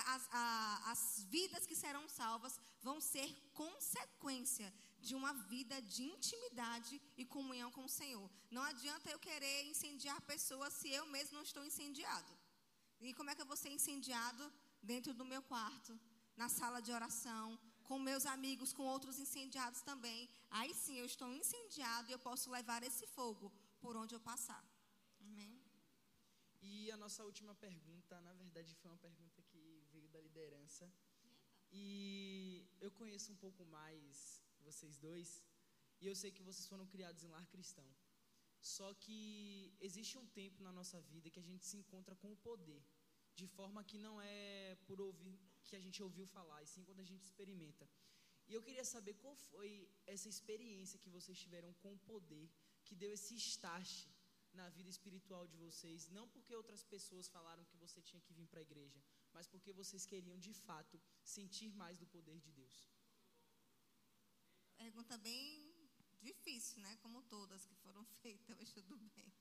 as vidas que serão salvas vão ser consequência de uma vida de intimidade e comunhão com o Senhor. Não adianta eu querer incendiar pessoas se eu mesmo não estou incendiado. E como é que eu vou ser incendiado? Dentro do meu quarto, na sala de oração, com meus amigos, com outros incendiados também, aí sim eu estou incendiado e eu posso levar esse fogo por onde eu passar. Amém? E a nossa última pergunta, na verdade, foi uma pergunta que veio da liderança. E eu conheço um pouco mais vocês dois, e eu sei que vocês foram criados em lar cristão. Só que existe um tempo na nossa vida que a gente se encontra com o poder, de forma que não é por ouvir, que a gente ouviu falar, e sim quando a gente experimenta. E eu queria saber qual foi essa experiência que vocês tiveram com o poder, que deu esse start na vida espiritual de vocês, não porque outras pessoas falaram que você tinha que vir para a igreja, mas porque vocês queriam de fato sentir mais do poder de Deus. Pergunta bem difícil, né? Como todas que foram feitas, mas tudo bem.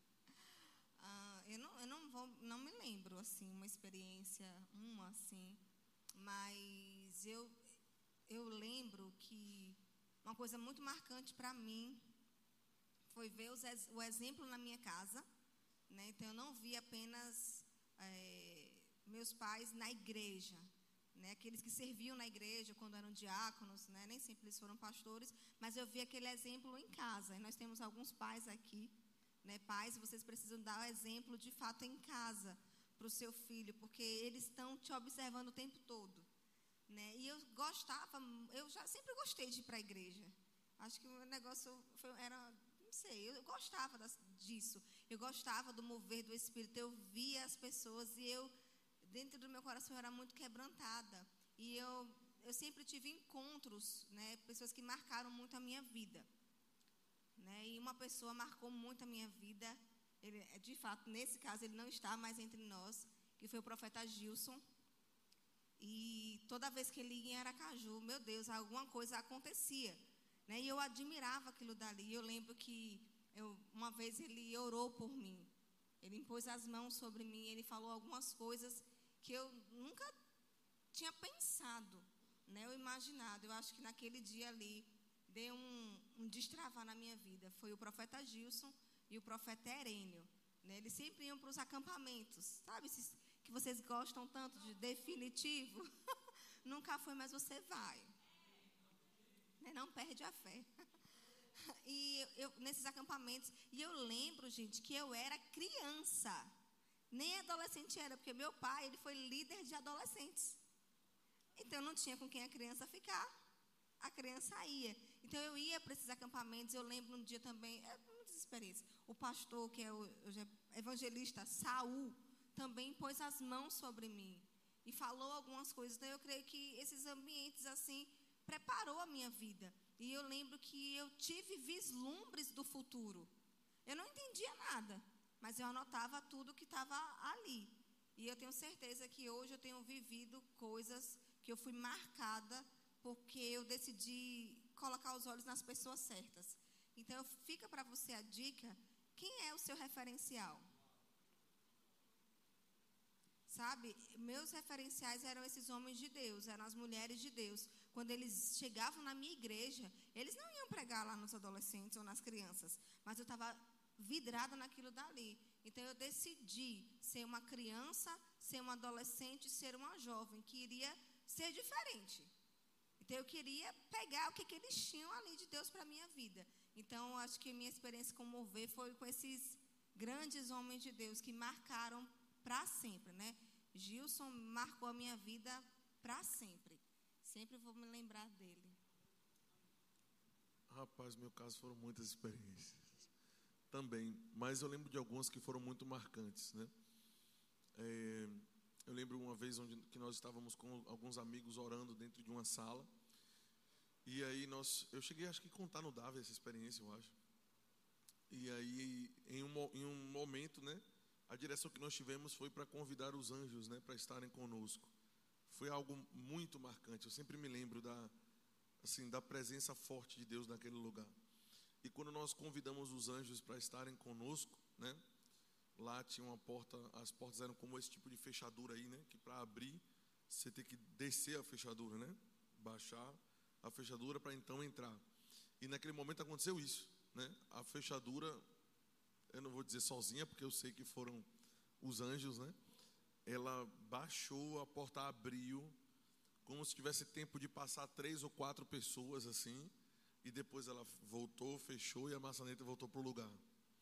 Eu não me lembro, assim, uma experiência, assim, mas eu lembro que uma coisa muito marcante para mim foi ver o exemplo na minha casa, né? Então, eu não vi apenas meus pais na igreja, né? Aqueles que serviam na igreja quando eram diáconos, né? Nem sempre eles foram pastores, mas eu vi aquele exemplo em casa. E nós temos alguns pais aqui, né? Pais, vocês precisam dar o exemplo de fato em casa para o seu filho, porque eles estão te observando o tempo todo, né? E eu já sempre gostei de ir para a igreja. Acho que o negócio não sei, eu gostava disso. Eu gostava do mover do Espírito. Eu via as pessoas e dentro do meu coração, eu era muito quebrantada. E eu sempre tive encontros, né? Pessoas que marcaram muito a minha vida, né? E uma pessoa marcou muito a minha vida. Ele, de fato, nesse caso, ele não está mais entre nós, que foi o profeta Gilson. E toda vez que ele ia em Aracaju, meu Deus, alguma coisa acontecia, né? E eu admirava aquilo dali. Eu lembro que uma vez ele orou por mim. Ele impôs as mãos sobre mim. Ele falou algumas coisas que eu nunca tinha pensado, né? Eu imaginado. Eu acho que naquele dia ali deu um destravar na minha vida. Foi o profeta Gilson e o profeta Herênio, né? Eles sempre iam para os acampamentos, sabe? Esses que vocês gostam tanto de definitivo. Nunca foi, mas você vai, né? Não perde a fé. E nesses acampamentos, e eu lembro, gente, que eu era criança, nem adolescente era, porque meu pai, ele foi líder de adolescentes. Então, não tinha com quem a criança ficar, a criança ia. Então, eu ia para esses acampamentos. Eu lembro um dia também, muitas experiências, o pastor, que é o evangelista, Saul, também pôs as mãos sobre mim e falou algumas coisas. Então, eu creio que esses ambientes, assim, preparou a minha vida. E eu lembro que eu tive vislumbres do futuro. Eu não entendia nada, mas eu anotava tudo que estava ali. E eu tenho certeza que hoje eu tenho vivido coisas que eu fui marcada porque eu decidi colocar os olhos nas pessoas certas. Então, fica para você a dica: quem é o seu referencial? Sabe, meus referenciais eram esses homens de Deus, eram as mulheres de Deus. Quando eles chegavam na minha igreja, eles não iam pregar lá nos adolescentes ou nas crianças, mas eu estava vidrada naquilo dali. Então, eu decidi ser uma criança, ser uma adolescente, ser uma jovem, que iria ser diferente. Então, eu queria pegar o que eles tinham ali de Deus para a minha vida. Então, acho que a minha experiência com Mover foi com esses grandes homens de Deus que marcaram para sempre, né? Gilson marcou a minha vida para sempre. Sempre vou me lembrar dele. Rapaz, no meu caso foram muitas experiências também, mas eu lembro de algumas que foram muito marcantes, né? Eu lembro uma vez que nós estávamos com alguns amigos orando dentro de uma sala, e aí eu cheguei, acho que contar no Davi essa experiência, eu acho. E aí, em um momento, né, a direção que nós tivemos foi para convidar os anjos, né, para estarem conosco. Foi algo muito marcante. Eu sempre me lembro da presença forte de Deus naquele lugar. E quando nós convidamos os anjos para estarem conosco, né, lá tinha uma porta, as portas eram como esse tipo de fechadura aí, né, que para abrir você tem que descer a fechadura, né, baixar a fechadura para então entrar. E naquele momento aconteceu isso, né? A fechadura, eu não vou dizer sozinha, porque eu sei que foram os anjos, né? Ela baixou, a porta abriu, como se tivesse tempo de passar 3 ou 4 pessoas assim, e depois ela voltou, fechou e a maçaneta voltou para o lugar.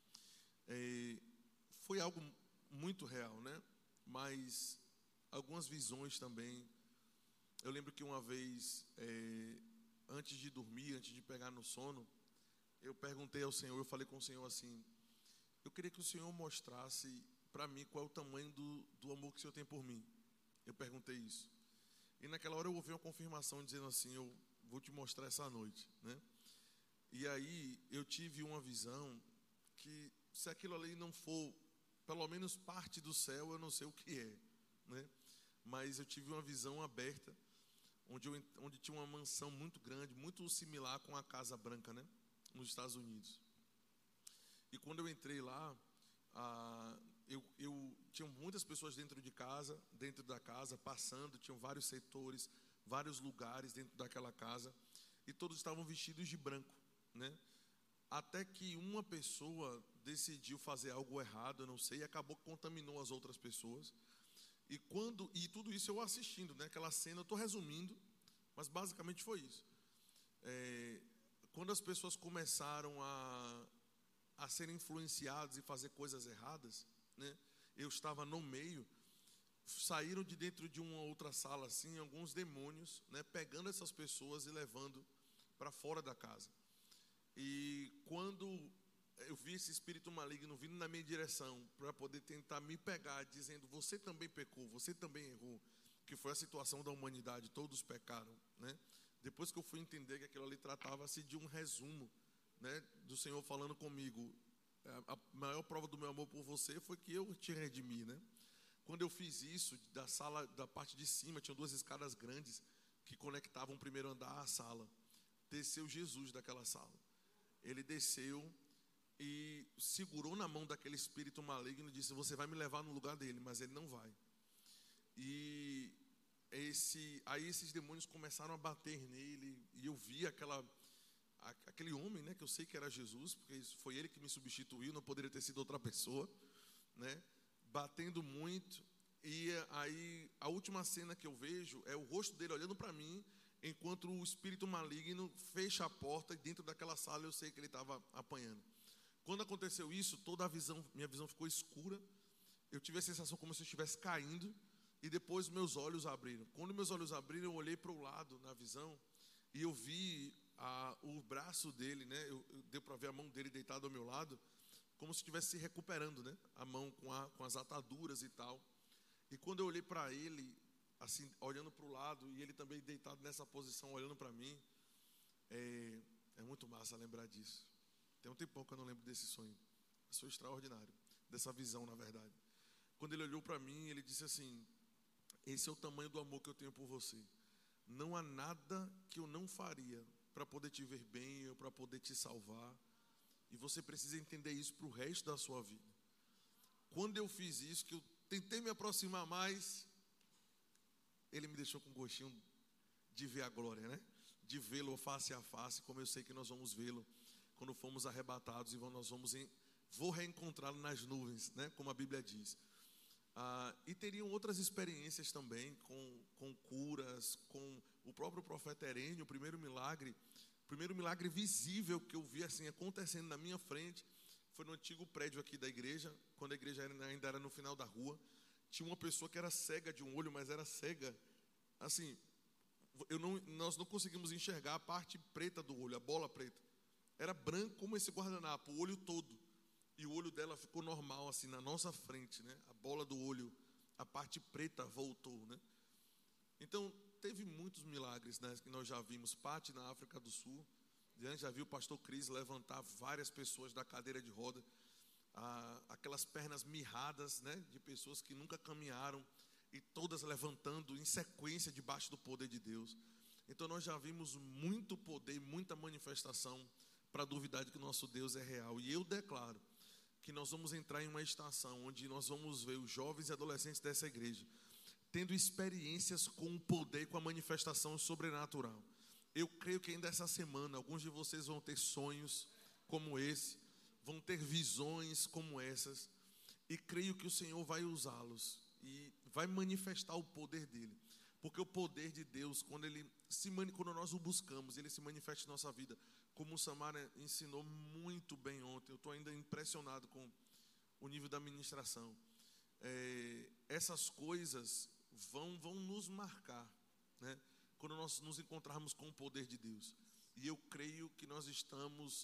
Foi algo muito real, né? Mas algumas visões também. Eu lembro que uma vez, antes de dormir, antes de pegar no sono, eu perguntei ao Senhor, eu falei com o Senhor assim, eu queria que o Senhor mostrasse para mim qual é o tamanho do amor que o Senhor tem por mim. Eu perguntei isso. E naquela hora eu ouvi uma confirmação dizendo assim, eu vou te mostrar essa noite, né? E aí eu tive uma visão que se aquilo ali não for pelo menos parte do céu, eu não sei o que é, né? Mas eu tive uma visão aberta, onde tinha uma mansão muito grande, muito similar com a Casa Branca, né? Nos Estados Unidos. E quando eu entrei lá, eu tinha muitas pessoas dentro da casa, passando, tinham vários setores, vários lugares dentro daquela casa, e todos estavam vestidos de branco, né? Até que uma pessoa decidiu fazer algo errado, eu não sei, e acabou que contaminou as outras pessoas. E tudo isso eu assistindo, né? Aquela cena, eu estou resumindo, mas basicamente foi isso. Quando as pessoas começaram a serem influenciadas e fazer coisas erradas, né? Eu estava no meio, saíram de dentro de uma outra sala assim, alguns demônios, né? Pegando essas pessoas e levando para fora da casa. E quando eu vi esse espírito maligno vindo na minha direção para poder tentar me pegar, dizendo, você também pecou, você também errou, que foi a situação da humanidade, todos pecaram, né? Depois que eu fui entender que aquilo ali tratava-se de um resumo, né, do Senhor falando comigo, a maior prova do meu amor por você foi que eu te redimi, né? Quando eu fiz isso, da sala, da parte de cima, tinham 2 escadas grandes que conectavam o primeiro andar à sala. Desceu Jesus daquela sala. Ele desceu e segurou na mão daquele espírito maligno e disse, você vai me levar no lugar dele, mas ele não vai. E aí esses demônios começaram a bater nele, e eu vi aquele homem, né, que eu sei que era Jesus, porque foi ele que me substituiu, não poderia ter sido outra pessoa, né, batendo muito. E aí a última cena que eu vejo é o rosto dele olhando para mim, enquanto o espírito maligno fecha a porta, e dentro daquela sala eu sei que ele estava apanhando. Quando aconteceu isso, minha visão ficou escura. Eu tive a sensação como se eu estivesse caindo, e depois meus olhos abriram. Quando meus olhos abriram, eu olhei para o lado na visão, e eu vi o braço dele, né? Deu para ver a mão dele deitada ao meu lado, como se estivesse se recuperando, né? A mão com as ataduras e tal. E quando eu olhei para ele, assim, olhando para o lado, e ele também deitado nessa posição, olhando para mim, é muito massa lembrar disso. Tem um tempão que eu não lembro desse sonho. Eu sou extraordinário, dessa visão, na verdade. Quando ele olhou para mim, ele disse assim, esse é o tamanho do amor que eu tenho por você. Não há nada que eu não faria para poder te ver bem, ou para poder te salvar. E você precisa entender isso para o resto da sua vida. Quando eu fiz isso, que eu tentei me aproximar mais, ele me deixou com gostinho de ver a glória, né? De vê-lo face a face, como eu sei que nós vamos vê-lo quando fomos arrebatados, e vou reencontrá-lo nas nuvens, né? Como a Bíblia diz. E teriam outras experiências também, com curas, com o próprio profeta Herênio. O primeiro milagre visível que eu vi assim acontecendo na minha frente foi no antigo prédio aqui da igreja, quando a igreja ainda era no final da rua. Tinha uma pessoa que era cega de um olho, mas era cega, assim, nós não conseguimos enxergar a parte preta do olho, a bola preta. Era branco como esse guardanapo, o olho todo. E o olho dela ficou normal, assim, na nossa frente, né? A bola do olho, a parte preta voltou, né? Então, teve muitos milagres, né, que nós já vimos. Pati, na África do Sul, já viu o pastor Cris levantar várias pessoas da cadeira de roda. Aquelas pernas mirradas, né, de pessoas que nunca caminharam, e todas levantando em sequência debaixo do poder de Deus. Então nós já vimos muito poder, muita manifestação para duvidar de que o nosso Deus é real. E eu declaro que nós vamos entrar em uma estação onde nós vamos ver os jovens e adolescentes dessa igreja tendo experiências com o poder, com a manifestação sobrenatural. Eu creio que ainda essa semana alguns de vocês vão ter sonhos como esse, vão ter visões como essas, e creio que o Senhor vai usá-los e vai manifestar o poder dele. Porque o poder de Deus, quando nós o buscamos, ele se manifesta em nossa vida. Como o Samara ensinou muito bem ontem, eu estou ainda impressionado com o nível da ministração. Essas coisas vão nos marcar, né? Quando nós nos encontrarmos com o poder de Deus. E eu creio que nós estamos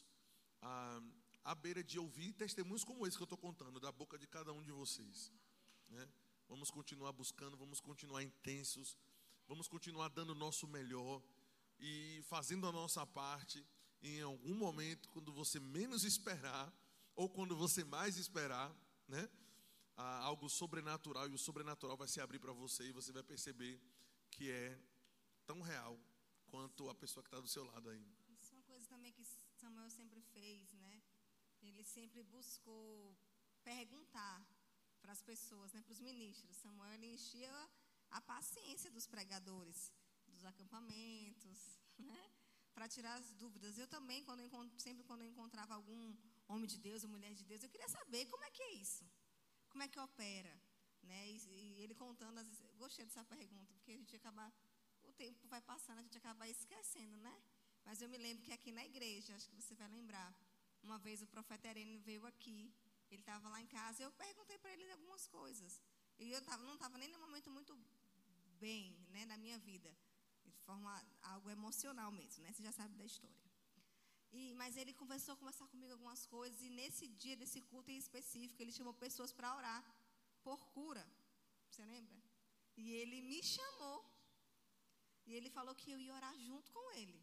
à beira de ouvir testemunhos como esse que eu estou contando, da boca de cada um de vocês, né? Vamos continuar buscando, vamos continuar intensos, vamos continuar dando o nosso melhor e fazendo a nossa parte. Em algum momento, quando você menos esperar, ou quando você mais esperar, né, algo sobrenatural, e o sobrenatural vai se abrir para você, e você vai perceber que é tão real quanto a pessoa que está do seu lado aí. Isso é uma coisa também que Samuel sempre fez, né? Ele sempre buscou perguntar para as pessoas, né, para os ministros. Samuel, ele enchia a paciência dos pregadores, dos acampamentos, né, para tirar as dúvidas. Eu também, sempre quando eu encontrava algum homem de Deus ou mulher de Deus, eu queria saber como é que é isso, como é que opera, né? E ele contando, às vezes, eu gostei dessa pergunta, porque a gente acaba, o tempo vai passando, a gente acaba esquecendo, né? Mas eu me lembro que aqui na igreja, acho que você vai lembrar, uma vez o profeta Herênio veio aqui, ele estava lá em casa, eu perguntei para ele algumas coisas, e eu não estava nem num momento muito bem, né, na minha vida, de forma algo emocional mesmo, né? Você já sabe da história. Mas ele começou a conversar comigo algumas coisas, e nesse dia, desse culto em específico, ele chamou pessoas para orar por cura. Você lembra? E ele me chamou. E ele falou que eu ia orar junto com ele.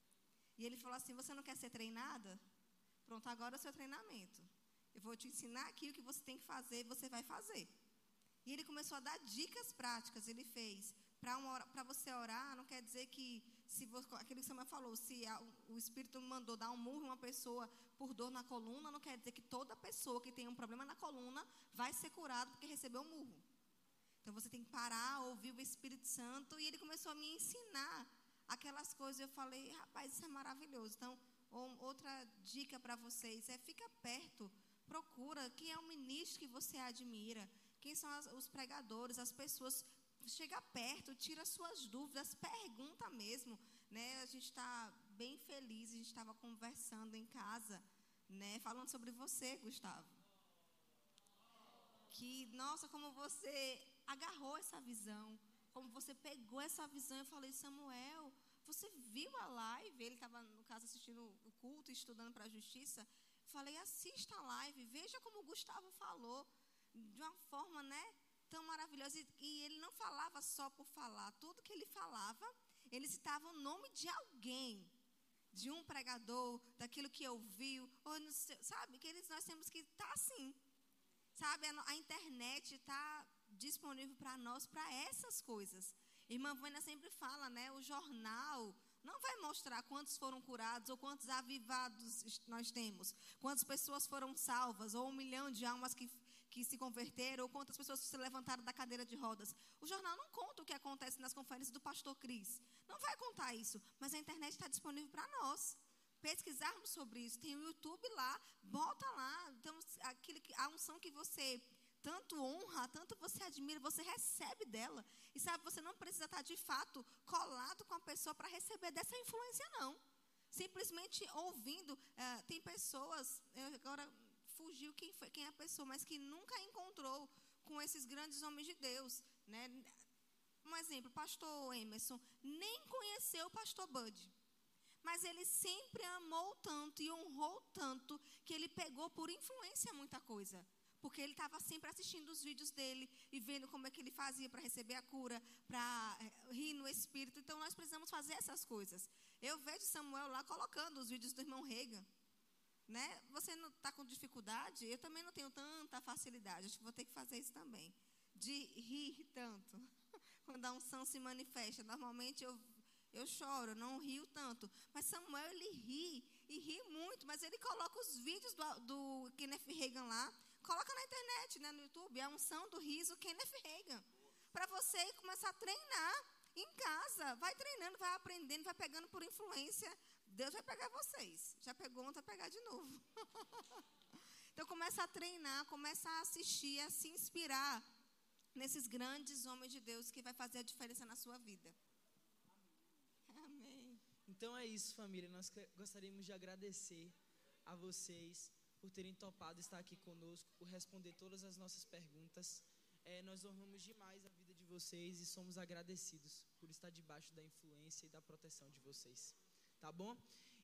E ele falou assim: você não quer ser treinada? Pronto, agora é o seu treinamento. Eu vou te ensinar aqui o que você tem que fazer, você vai fazer. E ele começou a dar dicas práticas. Ele fez, para você orar, não quer dizer que, aquilo que Samuel falou, se o Espírito mandou dar um murro em uma pessoa por dor na coluna, não quer dizer que toda pessoa que tem um problema na coluna vai ser curada porque recebeu um murro. Então você tem que parar, ouvir o Espírito Santo. E ele começou a me ensinar aquelas coisas. Eu falei: rapaz, isso é maravilhoso. Então, outra dica para vocês é: fica perto, procura quem é o ministro que você admira, quem são os pregadores, as pessoas. Chega perto, tira suas dúvidas, pergunta mesmo, né? A gente está bem feliz, a gente estava conversando em casa, né? Falando sobre você, Gustavo. Que, nossa, como você agarrou essa visão, como você pegou essa visão. Eu falei: Samuel, você viu a live? Ele estava, no caso, assistindo o culto, estudando para a justiça. Falei: assista a live, veja como o Gustavo falou, de uma forma, né, tão maravilhosa. E ele não falava só por falar. Tudo que ele falava, ele citava o nome de alguém, de um pregador, daquilo que ouviu, sabe? Que nós temos que estar assim, sabe? A internet está disponível para nós, para essas coisas. Irmã Vânia sempre fala, né? O jornal não vai mostrar quantos foram curados ou quantos avivados nós temos, quantas pessoas foram salvas, ou 1 milhão de almas que se converteram, ou quantas pessoas se levantaram da cadeira de rodas. O jornal não conta o que acontece nas conferências do pastor Cris. Não vai contar isso, mas a internet está disponível para nós pesquisarmos sobre isso. Tem o YouTube lá, bota lá. Então, a unção que você tanto honra, tanto você admira, você recebe dela. E sabe, você não precisa estar de fato colado com a pessoa para receber dessa influência, não. Simplesmente ouvindo. Tem pessoas, agora fugiu quem é a pessoa, mas que nunca encontrou com esses grandes homens de Deus, né? Um exemplo, pastor Emerson nem conheceu o pastor Bud, mas ele sempre amou tanto e honrou tanto que ele pegou por influência muita coisa, porque ele estava sempre assistindo os vídeos dele e vendo como é que ele fazia para receber a cura, para rir no Espírito. Então nós precisamos fazer essas coisas. Eu vejo Samuel lá colocando os vídeos do irmão Reagan, né? Você não está com dificuldade? Eu também não tenho tanta facilidade. Acho que vou ter que fazer isso também, de rir tanto quando a unção se manifesta. Normalmente eu choro, não rio tanto. Mas Samuel, ele ri, e ri muito. Mas ele coloca os vídeos do Kenneth Reagan lá, coloca na internet, né, no YouTube, a unção do riso Kenneth Reagan, para você começar a treinar em casa. Vai treinando, vai aprendendo, vai pegando por influência. Deus vai pegar vocês. Já pegou ontem, vai pegar de novo. Então começa a treinar, começa a assistir, a se inspirar nesses grandes homens de Deus que vai fazer a diferença na sua vida. Amém. Então é isso, família. Nós gostaríamos de agradecer a vocês por terem topado estar aqui conosco, por responder todas as nossas perguntas. Nós honramos demais a vida de vocês e somos agradecidos por estar debaixo da influência e da proteção de vocês. Tá bom?